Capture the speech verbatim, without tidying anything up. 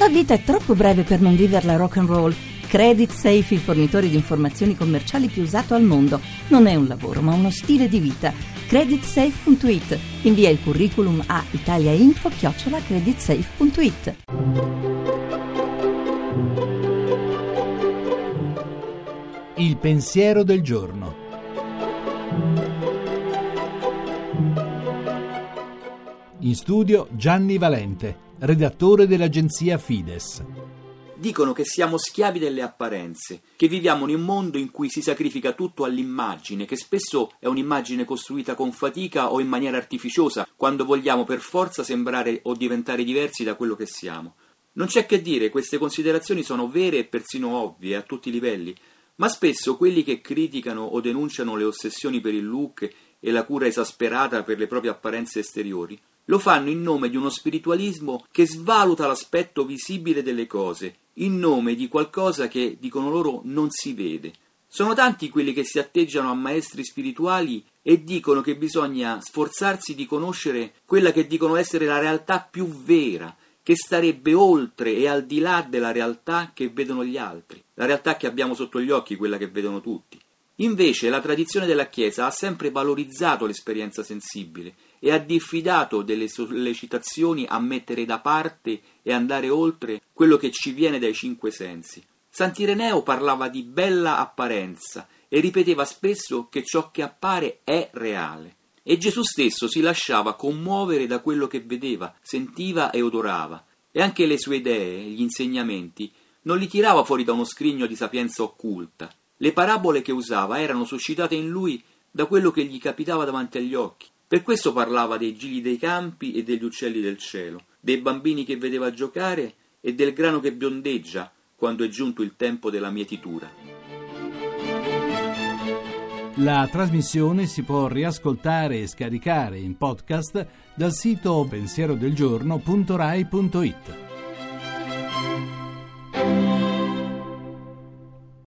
La vita è troppo breve per non viverla rock and roll. Credit Safe, il fornitore di informazioni commerciali più usato al mondo. Non è un lavoro, ma uno stile di vita. credit safe punto it. Invia il curriculum a italiainfo chiocciola creditsafe punto it. Il pensiero del giorno. In studio Gianni Valente, redattore dell'agenzia Fides. Dicono che siamo schiavi delle apparenze, che viviamo in un mondo in cui si sacrifica tutto all'immagine, che spesso è un'immagine costruita con fatica o in maniera artificiosa, quando vogliamo per forza sembrare o diventare diversi da quello che siamo. Non c'è che dire, queste considerazioni sono vere e persino ovvie a tutti i livelli, ma spesso quelli che criticano o denunciano le ossessioni per il look e la cura esasperata per le proprie apparenze esteriori lo fanno in nome di uno spiritualismo che svaluta l'aspetto visibile delle cose, in nome di qualcosa che, dicono loro, non si vede. Sono tanti quelli che si atteggiano a maestri spirituali e dicono che bisogna sforzarsi di conoscere quella che dicono essere la realtà più vera, che starebbe oltre e al di là della realtà che vedono gli altri, la realtà che abbiamo sotto gli occhi, quella che vedono tutti. Invece la tradizione della Chiesa ha sempre valorizzato l'esperienza sensibile e ha diffidato delle sollecitazioni a mettere da parte e andare oltre quello che ci viene dai cinque sensi. Sant'Ireneo parlava di bella apparenza e ripeteva spesso che ciò che appare è reale. E Gesù stesso si lasciava commuovere da quello che vedeva, sentiva e odorava, e anche le sue idee, gli insegnamenti, non li tirava fuori da uno scrigno di sapienza occulta. Le parabole che usava erano suscitate in lui da quello che gli capitava davanti agli occhi. Per questo parlava dei gigli dei campi e degli uccelli del cielo, dei bambini che vedeva giocare e del grano che biondeggia quando è giunto il tempo della mietitura. La trasmissione si può riascoltare e scaricare in podcast dal sito pensierodelgiorno punto rai punto it.